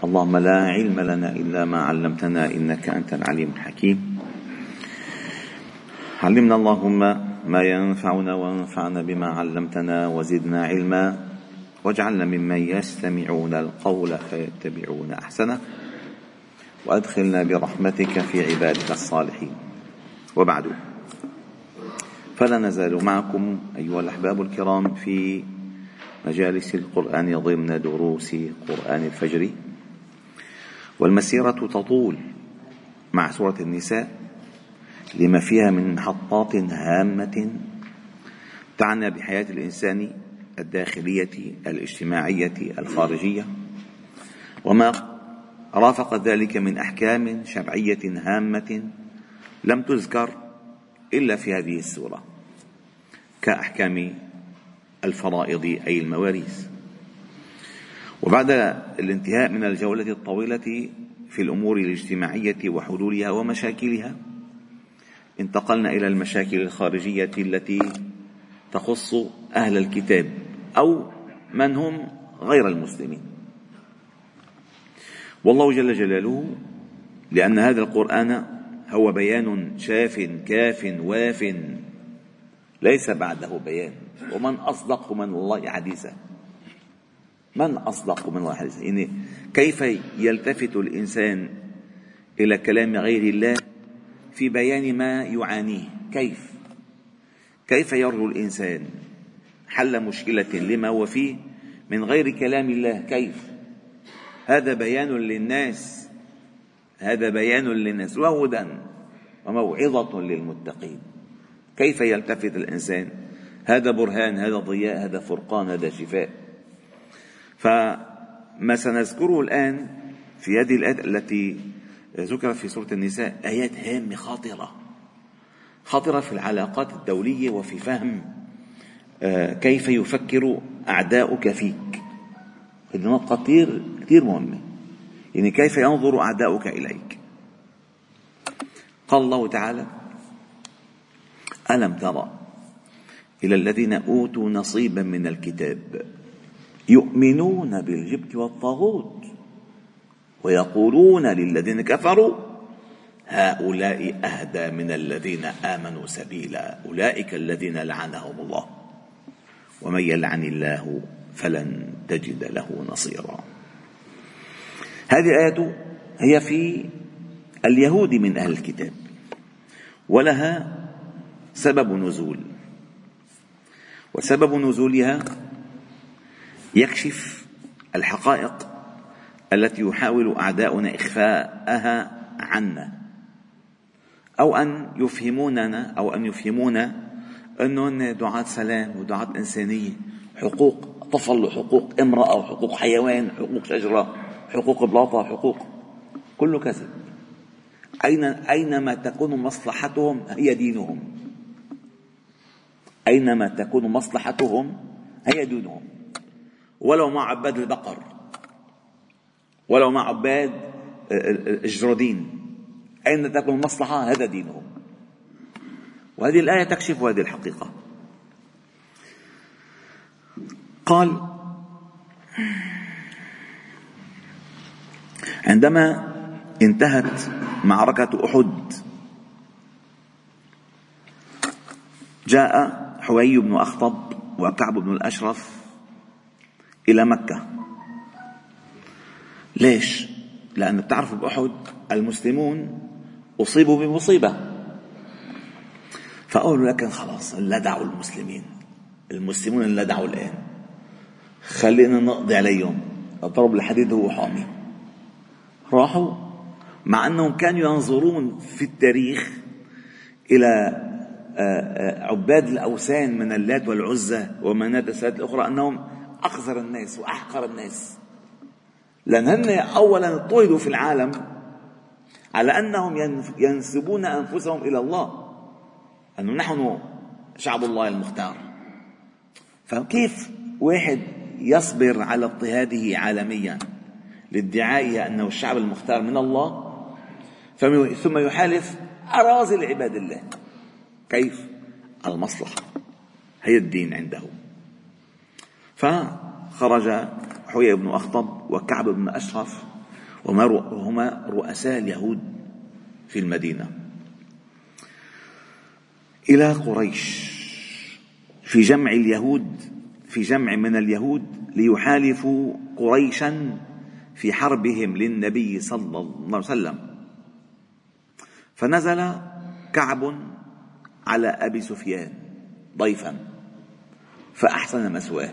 اللهم لا علم لنا إلا ما علمتنا إنك أنت العليم الحكيم. علمنا اللهم ما ينفعنا وانفعنا بما علمتنا وزدنا علما، واجعلنا ممن يستمعون القول فيتبعون أحسنه، وأدخلنا برحمتك في عبادك الصالحين. وبعد، فلا نزال معكم أيها الأحباب الكرام في مجالس القرآن ضمن دروس قرآن الفجر، والمسيرة تطول مع سورة النساء لما فيها من محطات هامة تعنى بحياة الإنسان الداخلية الاجتماعية الخارجية، وما رافق ذلك من أحكام شرعية هامة لم تذكر إلا في هذه السورة، كأحكام الفرائض أي المواريث. وبعد الانتهاء من الجولة الطويلة في الأمور الاجتماعية وحلولها ومشاكلها، انتقلنا إلى المشاكل الخارجية التي تخص أهل الكتاب أو من هم غير المسلمين. والله جل جلاله، لأن هذا القرآن هو بيان شاف كاف واف ليس بعده بيان، ومن أصدق من الله حديثا. من أصدق من الله حديثا؟ يعني كيف يلتفت الإنسان إلى كلام غير الله في بيان ما يعانيه؟ كيف يرجو الإنسان حل مشكلة لما هو فيه من غير كلام الله؟ كيف؟ هذا بيان للناس، هذا بيان للناس وهدى وموعظة للمتقين. كيف يلتفت الإنسان؟ هذا برهان، هذا ضياء، هذا فرقان، هذا شفاء. فما سنذكره الآن في هذه الآيات التي ذكرت في سورة النساء آيات هامة خاطرة في العلاقات الدولية وفي فهم كيف يفكر أعداؤك فيك. هذه نقطة كثير مهمة، يعني كيف ينظر أعداؤك إليك. قال الله تعالى: ألم ترى إلى الذين أوتوا نصيبا من الكتاب يؤمنون بالجبت والطاغوت ويقولون للذين كفروا هؤلاء أهدى من الذين آمنوا سبيلا أولئك الذين لعنهم الله ومن يلعن الله فلن تجد له نصيرا. هذه الآية هي في اليهود من أهل الكتاب، ولها سبب نزول، وسبب نزولها يكشف الحقائق التي يحاول أعداؤنا إخفاءها عنا، أو أن يفهموننا أو أن يفهمونا أنهم دعاة سلام ودعاة إنسانية، حقوق طفل، حقوق امرأة، حقوق حيوان، حقوق شجرة، حقوق بلاطة، حقوق، كله كذب. أينما تكون مصلحتهم هي دينهم، أينما تكون مصلحتهم هي دينهم، ولو مع عباد البقر، ولو مع عباد الجرودين، أين تكون المصلحة هذا دينهم. وهذه الآية تكشف هذه الحقيقة. قال: عندما انتهت معركة أحد جاء حوي بن أخطب وكعب بن الأشرف إلى مكة. ليش؟ لأن بتعرفوا بأحد المسلمون أصيبوا بمصيبة، فقالوا لكن خلاص لدعوا المسلمون لدعوا الآن، خلينا نقضي عليهم. الضرب الحديد هو حامي. راحوا مع أنهم كانوا ينظرون في التاريخ إلى عباد الأوثان من اللات والعزى ومناة الثلاث الأخرى أنهم أقذر الناس وأحقر الناس، لأن هن أولا اضطهدوا في العالم على أنهم ينسبون أنفسهم إلى الله، أنه نحن شعب الله المختار. فكيف واحد يصبر على اضطهاده عالميا لادعائه أنه الشعب المختار من الله ثم يحالف أراذل عباد الله؟ كيف؟ المصلحة هي الدين عنده. فخرج حوي بن أخطب وكعب بن أشرف وهما رؤساء اليهود في المدينة، إلى قريش في جمع من اليهود ليحالفوا قريشا في حربهم للنبي صلى الله عليه وسلم. فنزل كعب على أبي سفيان ضيفا فأحسن مثواه،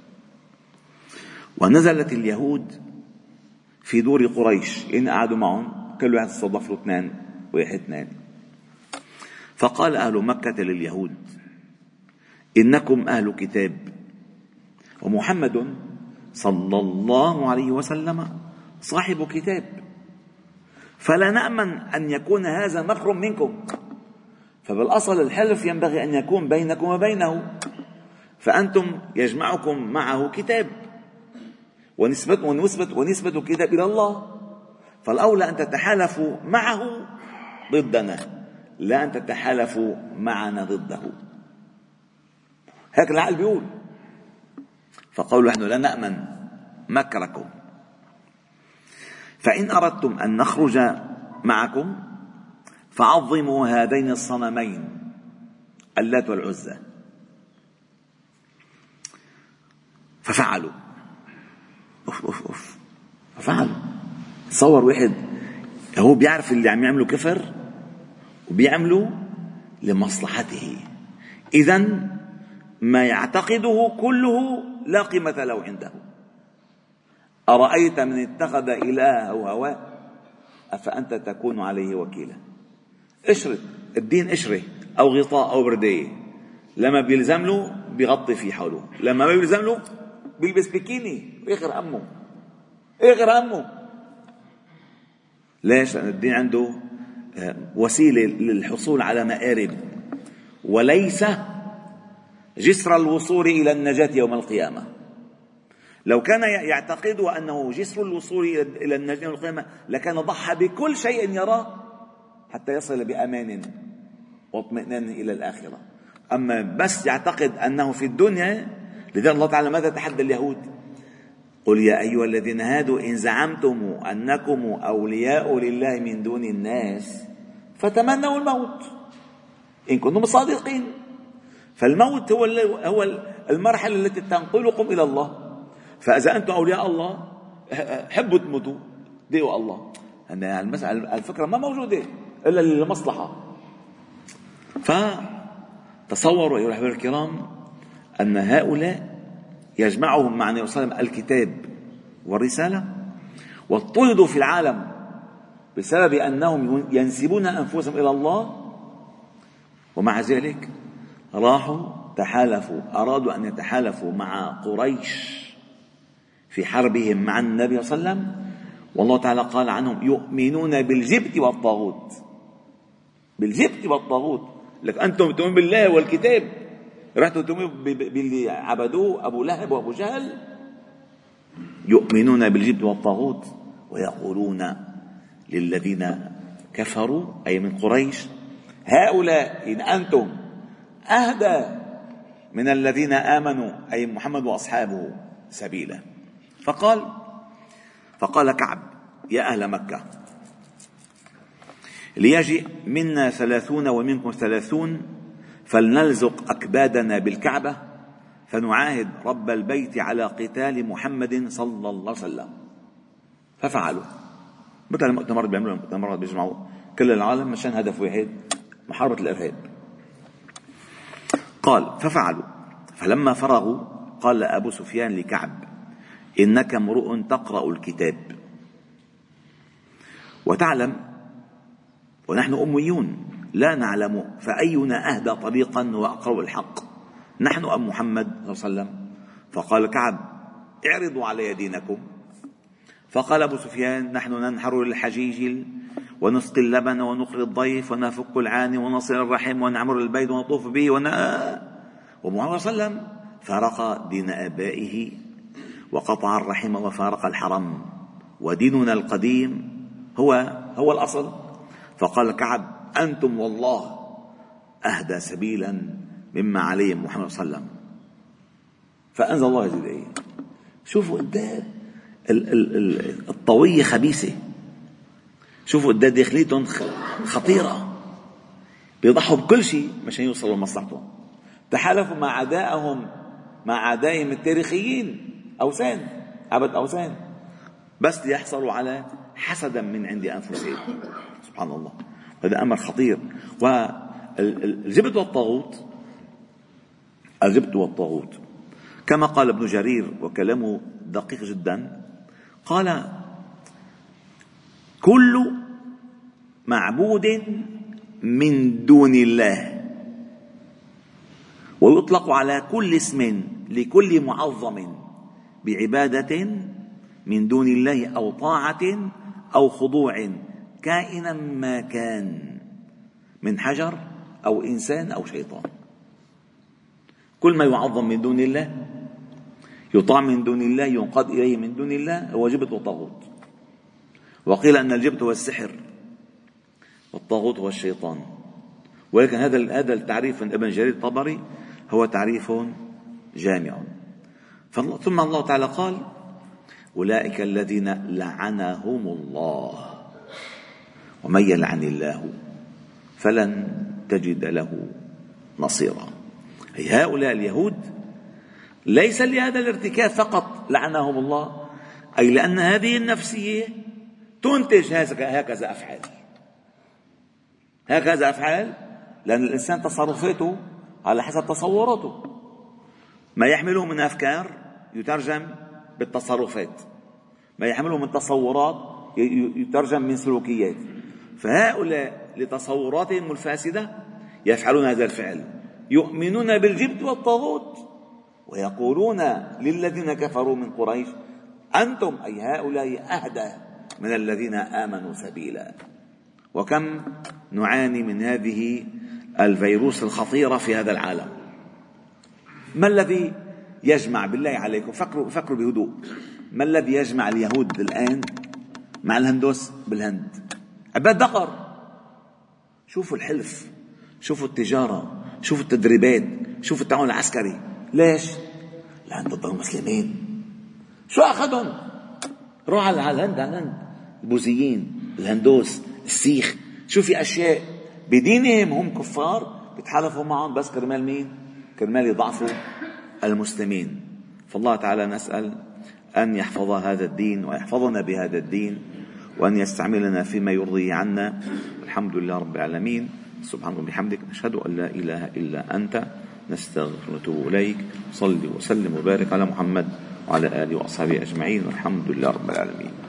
ونزلت اليهود في دور قريش إن قعدوا معهم، كل واحد استضاف له اثنين. فقال أهل مكة لليهود: إنكم أهل كتاب، ومحمد صلى الله عليه وسلم صاحب كتاب، فلا نأمن أن يكون هذا مكر منكم. فبالأصل الحلف ينبغي أن يكون بينكم وبينه، فأنتم يجمعكم معه كتاب، ونسبة الكتاب إلى الله، فالأولى أن تتحالفوا معه ضدنا، لا أن تتحالفوا معنا ضده. هيك العقل بيقول. فقالوا: نحن لا نأمن مكركم، فإن أردتم أن نخرج معكم فعظموا هذين الصنمين اللات والعزى. ففعلوا. ففعلوا. تصور واحد هو بيعرف اللي عم يعملوا كفر وبيعملوا لمصلحته، إذن ما يعتقده كله لا قيمة له عنده. أرأيت من اتخذ إلهه هواه أفأنت تكون عليه وكيلا. اشرت الدين قشرة أو غطاء أو بردية، لما بيلزم له بيغطي في حوله، لما ما بيلزم له بيلبس بكيني ويغر همه. ليش؟ لأن الدين عنده وسيلة للحصول على مآرب، وليس جسر الوصول إلى النجاة يوم القيامة. لو كان يعتقد أنه جسر الوصول إلى النجاة يوم القيامة لكان ضحى بكل شيء يراه حتى يصل بأمان واطمئنان إلى الآخرة. أما بس يعتقد أنه في الدنيا، لذلك الله تعالى ماذا تحدى اليهود؟ قل يا أيها الذين هادوا إن زعمتم أنكم أولياء لله من دون الناس فتمنوا الموت إن كنتم صادقين. فالموت هو المرحلة التي تنقلكم إلى الله. فإذا أنتم أولياء الله حبوا تموتوا ديوا الله. المسألة الفكرة ما موجودة إلا للمصلحة. فتصوروا أيها الأحباب الكرام أن هؤلاء يجمعهم مع النبي صلى الله عليه وسلم الكتاب والرسالة، واضطهدوا في العالم بسبب أنهم ينسبون أنفسهم إلى الله، ومع ذلك أرادوا أن يتحالفوا مع قريش في حربهم مع النبي صلى الله عليه وسلم. والله تعالى قال عنهم: يؤمنون بالجبت والطاغوت. لك أنتم تؤمنون بالله والكتاب، رحتوا تؤمنوا باللي عبدوه أبو لهب وأبو جهل. يؤمنون بالجبت والطاغوت ويقولون للذين كفروا أي من قريش: هؤلاء إن أنتم أهدى من الذين آمنوا أي محمد وأصحابه سبيلا. فقال كعب: يا أهل مكة، ليجئ منا 30 ومنكم 30 فلنلزق أكبادنا بالكعبة فنعاهد رب البيت على قتال محمد صلى الله عليه وسلم. ففعلوا مثل المؤتمر بيعملوا مؤتمرات بيجمعوا كل العالم مشان هدف واحد: محاربة الإرهاب. قال: ففعلوا. فلما فرغوا قال أبو سفيان لكعب: إنك امرؤ تقرأ الكتاب وتعلم ونحن أميون لا نعلم، فأينا أهدى طريقا وأقرأ الحق، نحن أم محمد صلى الله عليه وسلم؟ فقال كعب: اعرضوا علي دينكم. فقال أبو سفيان: نحن ننحر للحجيج ونسقي اللبن ونقري الضيف ونفك العاني ونصل الرحم ونعمر البيت ونطوف به ومحمد صلى الله عليه وسلم فارق دين آبائه وقطع الرحم وفارق الحرم، وديننا القديم هو الأصل. فقال كعب: أنتم والله أهدى سبيلا مما عليه محمد صلى الله عليه وسلم. فأنزل الله هذه الآية. شوفوا الطوية خبيثة. شوفوا قد داخليتهم خطيرة، بيضحوا بكل شيء مشان يوصلوا لمصلحتهم. تحالفوا مع أعدائهم التاريخيين، أوثان، عبد أوثان، بس ليحصلوا على حسدا من عند أنفسهم. سبحان الله، هذا أمر خطير. والجبت والطاغوت كما قال ابن جرير، وكلامه دقيق جدا، قال: كل معبود من دون الله، ويطلق على كل اسم لكل معظم بعبادة من دون الله أو طاعة أو خضوع كائنا ما كان، من حجر أو إنسان أو شيطان. كل ما يعظم من دون الله، يطاع من دون الله، ينقاد إليه من دون الله، هو جبت وطاغوت. وقيل أن الجبت هو السحر والطاغوت هو الشيطان، ولكن هذا التعريف من ابن جرير الطبري هو تعريف جامع. ثم الله تعالى قال: أولئك الذين لعنهم الله ومن يلعن الله فلن تجد له نصيرا. أي هؤلاء اليهود ليس لهذا الارتكاب فقط لعنهم الله، أي لأن هذه النفسية تنتج هكذا أفعال، لأن الإنسان تصرفاته على حسب تصوراته، ما يحمله من أفكار يترجم بالتصرفات، ما يحمله من تصورات يترجم من سلوكيات. فهؤلاء لتصوراتهم الفاسدة يفعلون هذا الفعل، يؤمنون بالجبت والطاغوت، ويقولون للذين كفروا من قريش: أنتم أي هؤلاء أهدى من الذين آمنوا سبيلا. وكم نعاني من هذه الفيروس الخطيرة في هذا العالم. ما الذي يجمع، بالله عليكم فكروا بهدوء، ما الذي يجمع اليهود الآن مع الهندوس بالهند؟ عباد بقر. شوفوا الحلف، شوفوا التجارة، شوفوا التدريبات، شوفوا التعاون العسكري. ليش؟ لأن ضدهم مسلمين. شو أخذهم؟ روح على الهند، البوذيين، الهندوس، السيخ. شو في أشياء بدينهم هم كفار بيتحالفوا معهم بس كرمال مين؟ كرمال يضعفوا المسلمين. فالله تعالى نسأل أن يحفظ هذا الدين ويحفظنا بهذا الدين، وأن يستعملنا فيما يرضي عنا. الحمد لله رب العالمين. سبحانك وبحمدك، نشهد أن لا إله إلا أنت، نستغفرك ونتوب إليك. صل وسلم وبارك على محمد وعلى آله وأصحابه أجمعين، والحمد لله رب العالمين.